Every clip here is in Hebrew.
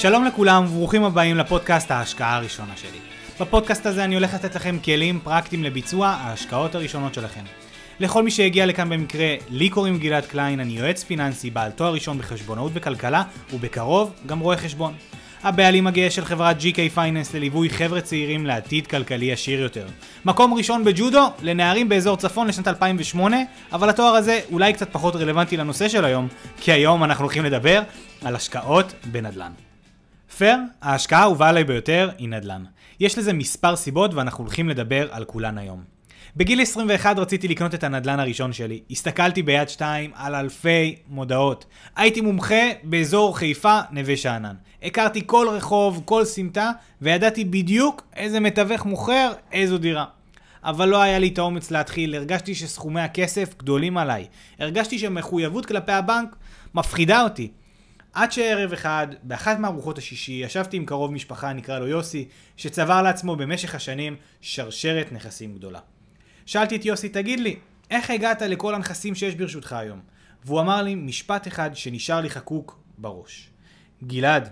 שלום לכולם וברוכים הבאים לפודקאסט ההשקעה הראשונה שלי. בפודקאסט הזה אני הולך לתת לכם כלים פרקטיים לביצוע ההשקעות הראשונות שלכם. לכל מי שהגיע לכאן במקרה, לי קוראים גלעד קליין, אני יועץ פיננסי, בעל תואר ראשון בחשבונאות וכלכלה, ובקרוב גם רואה חשבון. הבעלים הגאה של חברת GK Finance לליווי חבר'ה צעירים לעתיד כלכלי עשיר יותר. מקום ראשון בג'ודו לנערים באזור צפון לשנת 2008, אבל התואר הזה אולי קצת פחות רלוונטי לנושא של היום, כי היום אנחנו הולכים לדבר על השקעות בנדל"ן. פייר, ההשקעה האהובה עליי ביותר היא נדל"ן. יש לזה מספר סיבות ואנחנו הולכים לדבר על כולן היום. בגיל 21 רציתי לקנות את הנדל"ן הראשון שלי. הסתכלתי ביד 2 על אלפי מודעות. הייתי מומחה באזור חיפה נווה שאנן. הכרתי כל רחוב, כל סמטה, וידעתי בדיוק איזה מתווך מוכר, איזו דירה. אבל לא היה לי את האומץ להתחיל, הרגשתי שסכומי הכסף גדולים עליי. הרגשתי שהמחויבות כלפי הבנק מפחידה אותי. עד שערב אחד, באחת מארוחות השישי, ישבתי עם קרוב משפחה, נקרא לו יוסי, שצבר לעצמו במשך השנים שרשרת נכסים גדולה. שאלתי את יוסי, תגיד לי, איך הגעת לכל הנכסים שיש ברשותך היום? והוא אמר לי משפט אחד שנשאר לי חקוק בראש. גלעד,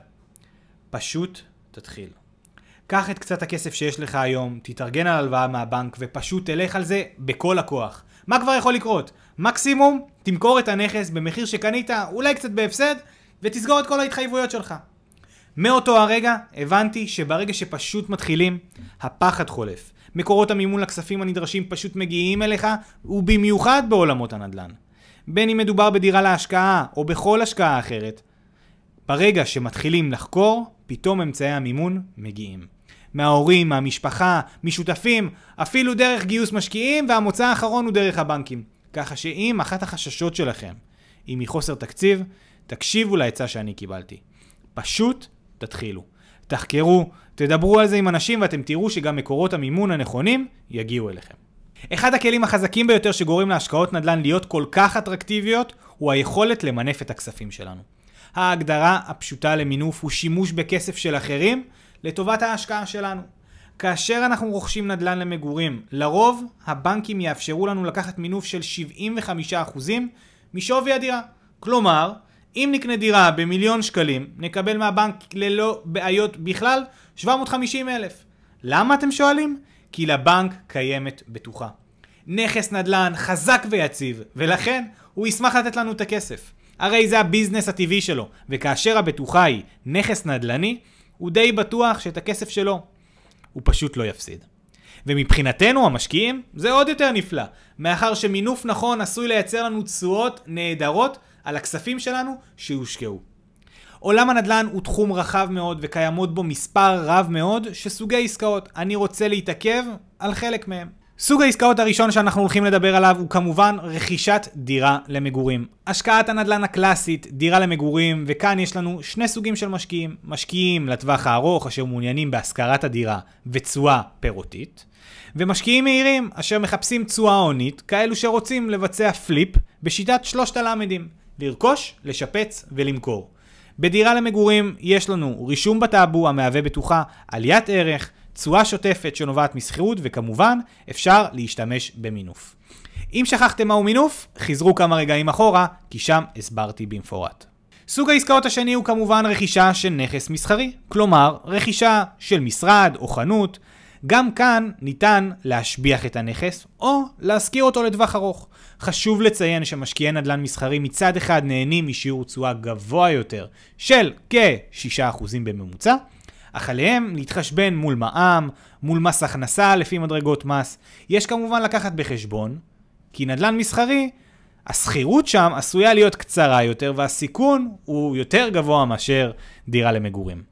פשוט תתחיל. קח את קצת הכסף שיש לך היום, תתארגן על הלוואה מהבנק ופשוט תלך על זה בכל הכוח. מה כבר יכול לקרות? מקסימום, תמכור את הנכס במחיר שקנית, אולי קצת בהפסד, ותסגור את כל ההתחייבויות שלך. מאותו הרגע הבנתי שברגע שפשוט מתחילים, הפחד חולף. מקורות המימון לכספים הנדרשים פשוט מגיעים אליך, ובמיוחד בעולמות הנדל"ן. בין אם מדובר בדירה להשקעה או בכל השקעה אחרת, ברגע שמתחילים לחקור, פתאום אמצעי המימון מגיעים. מההורים, מהמשפחה, משותפים, אפילו דרך גיוס משקיעים, והמוצא האחרון הוא דרך הבנקים. ככה שאם אחת החששות שלכם היא מחוסר תקציב, תקשיבו לעצה שאני קיבלתי. פשוט תתחילו. תחקרו, תדברו על זה עם אנשים ואתם תראו שגם מקורות המימון הנכונים יגיעו אליכם. אחד הכלים החזקים ביותר שגורם להשקעות נדל"ן להיות כל כך אטרקטיביות הוא היכולת למנף את הכספים שלנו. ההגדרה הפשוטה למינוף הוא שימוש בכסף של אחרים לטובת ההשקעה שלנו. כאשר אנחנו רוכשים נדל"ן למגורים, לרוב הבנקים יאפשרו לנו לקחת מינוף של 75% משווי הדירה. כלומר, אם נקנה דירה ב1,000,000 שקלים, נקבל מהבנק ללא בעיות בכלל 750,000. למה אתם שואלים? כי לבנק קיימת בטוחה. נכס נדל"ן חזק ויציב, ולכן הוא ישמח לתת לנו את הכסף. הרי זה הביזנס הטבעי שלו, וכאשר הבטוחה היא נכס נדל"ני, הוא די בטוח שאת הכסף שלו הוא פשוט לא יפסיד. ומבחינתנו המשקיעים זה עוד יותר נפלא, מאחר שמינוף נכון עשוי לייצר לנו תשואות נהדרות על הכספים שלנו שהושקעו. עולם הנדל"ן הוא תחום רחב מאוד וקיימות בו מספר רב מאוד שסוגי עסקאות. אני רוצה להתעכב על חלק מהם. סוג העסקאות הראשון שאנחנו הולכים לדבר עליו הוא כמובן רכישת דירה למגורים. השקעת הנדל"ן הקלאסית, דירה למגורים, וכאן יש לנו שני סוגים של משקיעים. משקיעים לטווח הארוך אשר מעוניינים בהשכרת הדירה ותשואה פירותית, ומשקיעים מהירים אשר מחפשים תשואה הונית, כאלו שרוצים לבצע פליפ בשיטת שלושת הלמדים, לרכוש, לשפץ ולמכור. בדירה למגורים יש לנו רישום בטאבו המהווה בטוחה, עליית ערך, תשואה שוטפת שנובעת מסחירות, וכמובן אפשר להשתמש במינוף. אם שכחתם מהו מינוף, חזרו כמה רגעים אחורה, כי שם הסברתי במפורט. סוג העסקאות השני הוא כמובן רכישה של נכס מסחרי, כלומר רכישה של משרד או חנות. גם כאן ניתן להשביח את הנכס או להשכיר אותו לטווח ארוך. חשוב לציין שמשקיעי נדל"ן מסחרי מצד אחד נהנים משיעור תשואה גבוה יותר של כ-6% בממוצע, אך עליהם להתחשבן מול מע"מ, מול מס הכנסה לפי מדרגות מס. יש כמובן לקחת בחשבון, כי נדל"ן מסחרי, הסחירות שם עשויה להיות קצרה יותר והסיכון הוא יותר גבוה מאשר דירה למגורים.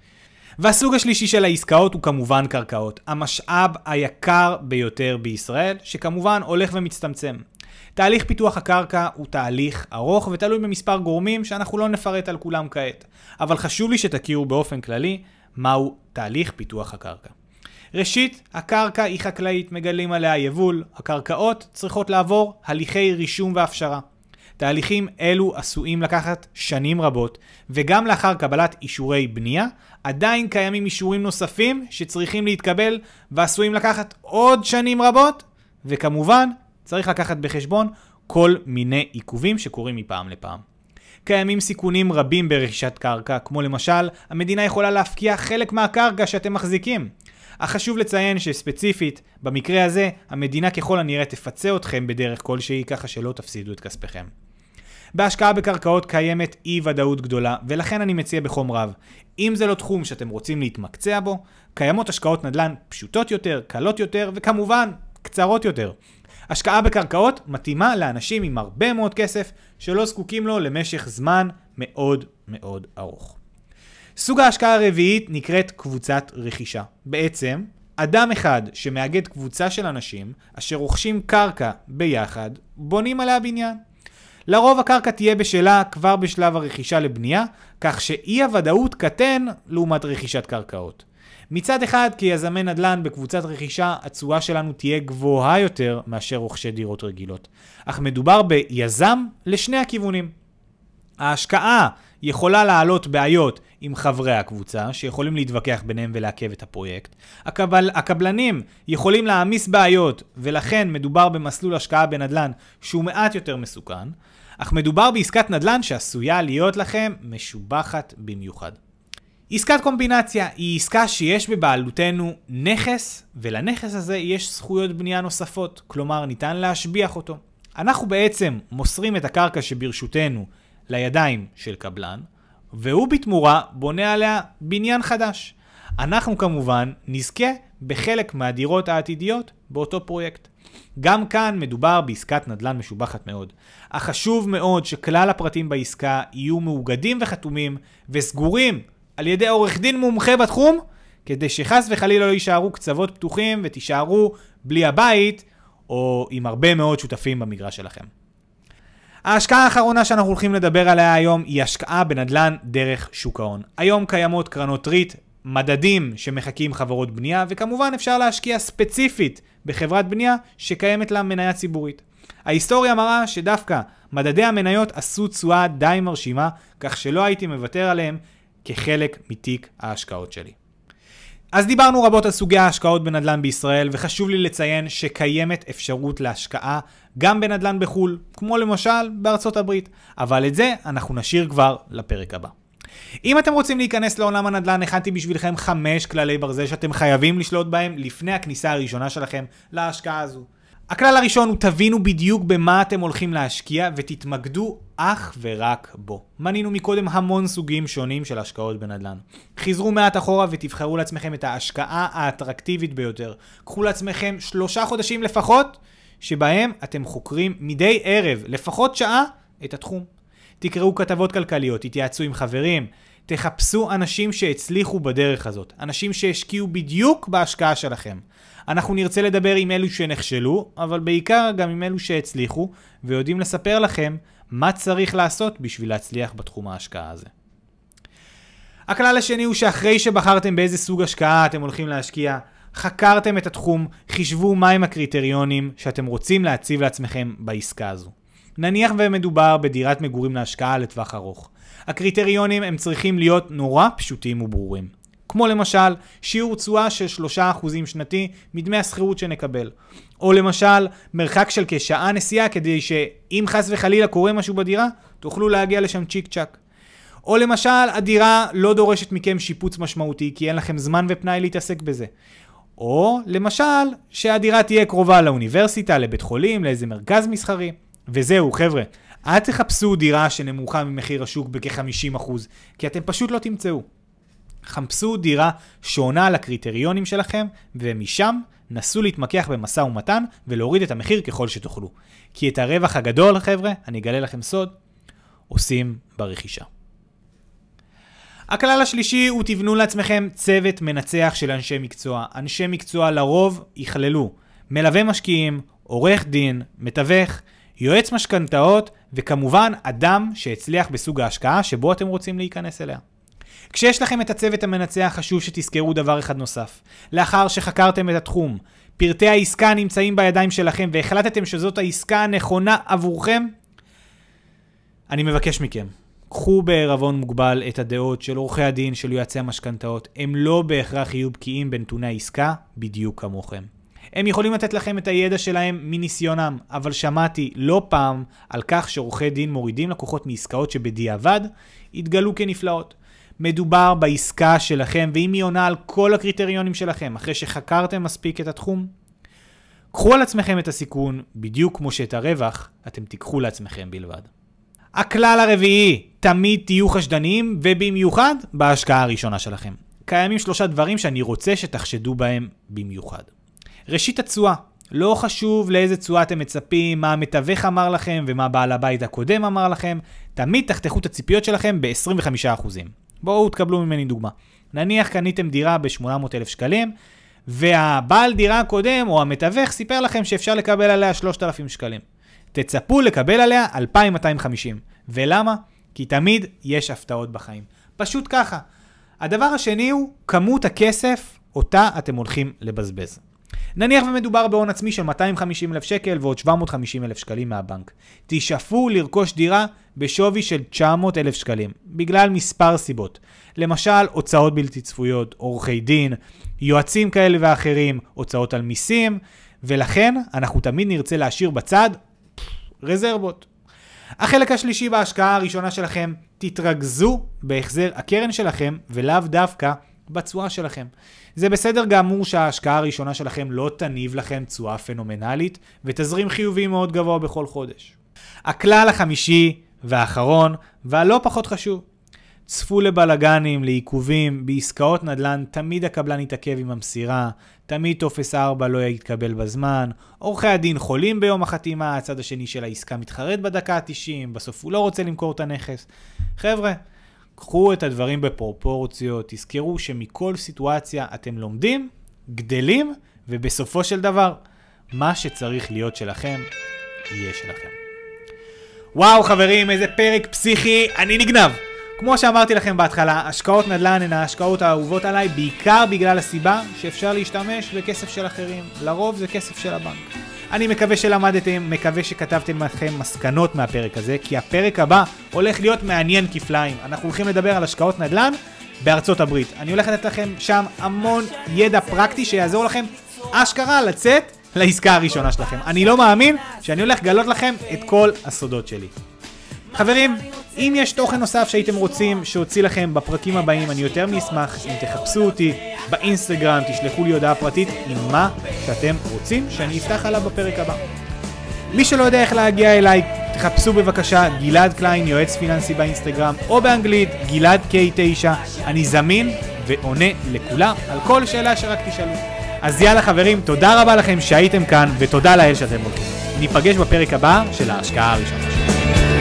והסוג השלישי של העסקאות הוא כמובן קרקעות, המשאב היקר ביותר בישראל, שכמובן הולך ומצטמצם. תהליך פיתוח הקרקע הוא תהליך ארוך ותלוי במספר גורמים שאנחנו לא נפרט על כולם כעת, אבל חשוב לי שתכירו באופן כללי מהו תהליך פיתוח הקרקע. ראשית, הקרקע היא חקלאית, מגלים עליה יבול, הקרקעות צריכות לעבור הליכי רישום והפשרה. תהליכים אלו עשויים לקחת שנים רבות, וגם לאחר קבלת אישורי בנייה, עדיין קיימים אישורים נוספים שצריכים להתקבל ועשויים לקחת עוד שנים רבות, וכמובן צריך לקחת בחשבון כל מיני עיכובים שקורים מפעם לפעם. קיימים סיכונים רבים ברכישת קרקע, כמו למשל, המדינה יכולה להפקיע חלק מהקרקע שאתם מחזיקים. אך חשוב לציין שספציפית, במקרה הזה, המדינה ככל הנראה תפצה אתכם בדרך כלשהי, ככה שלא תפסידו את כספכם. בהשקעה בקרקעות קיימת אי ודאות גדולה, ולכן אני מציע בחום רב. אם זה לא תחום שאתם רוצים להתמקצע בו, קיימות השקעות נדל"ן פשוטות יותר, קלות יותר, וכמובן, קצרות יותר. השקעה בקרקעות מתאימה לאנשים עם הרבה מאוד כסף, שלא זקוקים לו למשך זמן מאוד מאוד ארוך. סוג ההשקעה הרביעית נקראת קבוצת רכישה. בעצם, אדם אחד שמאגד קבוצה של אנשים, אשר רוכשים קרקע ביחד, בונים עליה בניין. לרוב הקרקע תהיה בשלה כבר בשלב הרכישה לבנייה, כך שאי הוודאות קטן לעומת רכישת קרקעות. מצד אחד, כיזמי נדל"ן בקבוצת רכישה, התשואה שלנו תהיה גבוהה יותר מאשר רוכשי דירות רגילות. אך מדובר ביזם לשני הכיוונים. ההשקעה יכולה לעלות בעיות עם חברי הקבוצה, שיכולים להתווכח ביניהם ולעכב את הפרויקט. הקבלנים יכולים להעמיס בעיות, ולכן מדובר במסלול השקעה בנדל"ן שהוא מעט יותר מסוכן, אך מדובר בעסקת נדל"ן שעשויה להיות לכם משובחת במיוחד. עסקת קומבינציה היא עסקה שיש בבעלותנו נכס, ולנכס הזה יש זכויות בנייה נוספות, כלומר ניתן להשביח אותו. אנחנו בעצם מוסרים את הקרקע שברשותנו לידיים של קבלן, והוא בתמורה בונה עליה בניין חדש. אנחנו כמובן נזכה בחלק מהדירות העתידיות באותו פרויקט. גם כאן מדובר בעסקת נדל"ן משובחת מאוד. אך חשוב מאוד שכלל הפרטים בעסקה יהיו מאוגדים וחתומים וסגורים על ידי עורך דין מומחה בתחום, כדי שחס וחלילה לא יישארו קצוות פתוחים ותישארו בלי הבית או עם הרבה מאוד שותפים במגרש שלכם. ההשקעה האחרונה שאנחנו הולכים לדבר עליה היום היא השקעה בנדל"ן דרך שוק ההון. היום קיימות קרנות ריט, מדדים שמחכים חברות בנייה, וכמובן אפשר להשקיע ספציפית בחברת בנייה שקיימת לה מניה ציבורית. ההיסטוריה מראה שדווקא מדדי המניות עשו תשואה די מרשימה, כך שלא הייתי מוותר עליהם כחלק מתיק ההשקעות שלי. אז דיברנו רבות על סוגי ההשקעות בנדל"ן בישראל, וחשוב לי לציין שקיימת אפשרות להשקעה גם בנדל"ן בחול, כמו למשל בארצות הברית, אבל את זה אנחנו נשאיר כבר לפרק הבא. אם אתם רוצים להיכנס לעולם הנדל"ן, הכנתי בשבילכם 5 כללי ברזל שאתם חייבים לשלוט בהם לפני הכניסה הראשונה שלכם להשקעה הזו. הכלל הראשון הוא תבינו בדיוק במה אתם הולכים להשקיע ותתמקדו אך ורק בו. מנינו מקודם המון סוגים שונים של השקעות בנדל"ן. חזרו מעט אחורה ותבחרו לעצמכם את ההשקעה האטרקטיבית ביותר. קחו לעצמכם 3 חודשים לפחות שבהם אתם חוקרים מדי ערב, לפחות שעה, את התחום. תקראו כתבות כלכליות, תתייעצו עם חברים, תחפשו אנשים שהצליחו בדרך הזאת, אנשים שהשקיעו בדיוק בהשקעה שלכם. אנחנו נרצה לדבר עם אלו שנכשלו, אבל בעיקר גם עם אלו שהצליחו, ויודעים לספר לכם מה צריך לעשות בשביל להצליח בתחום ההשקעה הזה. הכלל השני הוא שאחרי שבחרתם באיזה סוג השקעה אתם הולכים להשקיע, חקרתם את התחום, חישבו מהם הקריטריונים שאתם רוצים להציב לעצמכם בעסקה הזו. נניח ומדובר בדירת מגורים להשקעה לטווח ארוך. הקריטריונים הם צריכים להיות נורא פשוטים וברורים. כמו למשל, שיעור תשואה של 3% שנתי מדמי השכירות שנקבל. או למשל, מרחק של כשעה נסיעה כדי שאם חס וחלילה קורה משהו בדירה, תוכלו להגיע לשם צ'יק צ'ק. או למשל, הדירה לא דורשת מכם שיפוץ משמעותי כי אין לכם זמן ופנאי להתעסק בזה. או למשל, שהדירה תהיה קרובה לאוניברסיטה, לבית חולים, לאיזה מרכז מסחרי. וזהו חבר'ה, אל תחפשו דירה שנמוכה ממחיר השוק בכ-50%, כי אתם פשוט לא תמצאו. חפשו דירה שעונה על הקריטריונים שלכם, ומשם נסו להתמקח במשא ומתן ולהוריד את המחיר ככל שתוכלו. כי את הרווח הגדול, חבר'ה, אני אגלה לכם סוד, עושים ברכישה. הכלל השלישי הוא תבנו לעצמכם צוות מנצח של אנשי מקצוע. אנשי מקצוע לרוב יכללו מלווה משקיעים, עורך דין, מתווך, יועץ משכנתאות, וכמובן אדם שהצליח בסוג ההשקעה שבו אתם רוצים להיכנס אליה. כשיש לכם את הצוות המנצח, חשוב שתזכרו דבר אחד נוסף. לאחר שחקרתם את התחום, פרטי העסקה נמצאים בידיים שלכם והחלטתם שזאת העסקה הנכונה עבורכם, אני מבקש מכם, קחו בערבון מוגבל את הדעות של עורכי הדין של יועצי המשכנתאות. הם לא בהכרח יהיו בקיאים בנתוני העסקה בדיוק כמוכם. הם יכולים לתת לכם את הידע שלהם מניסיונם, אבל שמעתי לא פעם על כך שעורכי דין מורידים לקוחות מעסקאות שבדיעבד התגלו כנפלאות. מדובר בעסקה שלכם, ואם היא עונה על כל הקריטריונים שלכם, אחרי שחקרתם מספיק את התחום, קחו על עצמכם את הסיכון, בדיוק כמו שאת הרווח אתם תיקחו לעצמכם בלבד. הכלל הרביעי, תמיד תהיו חשדניים, ובמיוחד בהשקעה הראשונה שלכם. קיימים 3 דברים שאני רוצה שתחשדו בהם במיוחד. ראשית, התשואה. לא חשוב לאיזה תשואה אתם מצפים, מה המתווך אמר לכם ומה בעל הבית הקודם אמר לכם, תמיד תחתכו את הציפיות שלכם ב-25%. בואו תקבלו ממני דוגמה. נניח קניתם דירה ב-800,000 שקלים, והבעל דירה הקודם או המתווך סיפר לכם שאפשר לקבל עליה 3,000 שקלים. תצפו לקבל עליה 2,250. ולמה? כי תמיד יש הפתעות בחיים. פשוט ככה. הדבר השני הוא כמות הכסף אותה אתם הולכים לבזבז. נניח ומדובר בהון עצמי של 250,000 שקל ועוד 750,000 שקלים מהבנק. תשאפו לרכוש דירה בשווי של 900,000 שקלים, בגלל מספר סיבות. למשל, הוצאות בלתי צפויות, עורכי דין, יועצים כאלה ואחרים, הוצאות על מיסים, ולכן אנחנו תמיד נרצה להשאיר בצד רזרבות. החלק השלישי בהשקעה הראשונה שלכם, תתרכזו בהחזר הקרן שלכם ולאו דווקא בתשואה שלכם. זה בסדר גמור שההשקעה הראשונה שלכם לא תניב לכם תשואה פנומנלית ותזרים חיובי מאוד גבוה בכל חודש. הכלל החמישי והאחרון והלא פחות חשוב, צפו לבלגנים, לעיכובים, בעסקאות נדל"ן תמיד הקבלן יתעכב עם המסירה, תמיד טופס 4 לא יתקבל בזמן, עורכי הדין חולים ביום החתימה, הצד השני של העסקה מתחרט בדקה ה-90, בסוף הוא לא רוצה למכור את הנכס. חבר'ה, קחו את הדברים בפרופורציות, תזכרו שמכל סיטואציה אתם לומדים, גדלים, ובסופו של דבר, מה שצריך להיות שלכם, יהיה שלכם. וואו חברים, איזה פרק פסיכי, אני נגנב. כמו שאמרתי לכם בהתחלה, השקעות נדל"ן הן ההשקעות האהובות עליי, בעיקר בגלל הסיבה שאפשר להשתמש בכסף של אחרים. לרוב זה כסף של הבנק. אני מקווה שלמדתם, מקווה שכתבתם לכם מסקנות מהפרק הזה, כי הפרק הבא הולך להיות מעניין כפליים. אנחנו הולכים לדבר על השקעות נדל"ן בארצות הברית. אני הולך לתת לכם שם המון ידע פרקטי שיעזור לכם אשכרה לצאת לעסקה הראשונה שלכם. אני לא מאמין שאני הולך לגלות לכם את כל הסודות שלי. חברים, אם יש תוכן נוסף שהייתם רוצים שהוציא לכם בפרקים הבאים, אני יותר מאשמח אם תחפשו אותי באינסטגרם, תשלחו לי הודעה פרטית עם מה שאתם רוצים שאני אפתח עליו בפרק הבא. מי שלא יודע איך להגיע אליי, תחפשו בבקשה גלעד קליין, יועץ פיננסי באינסטגרם, או באנגלית גלעד K9. אני זמין ועונה לכולם על כל שאלה שרק תשאלו. אז יאללה חברים, תודה רבה לכם שהייתם כאן ותודה לאל שאתם הולכים. ניפגש בפרק הבא של ההשקעה הראשונה שלי.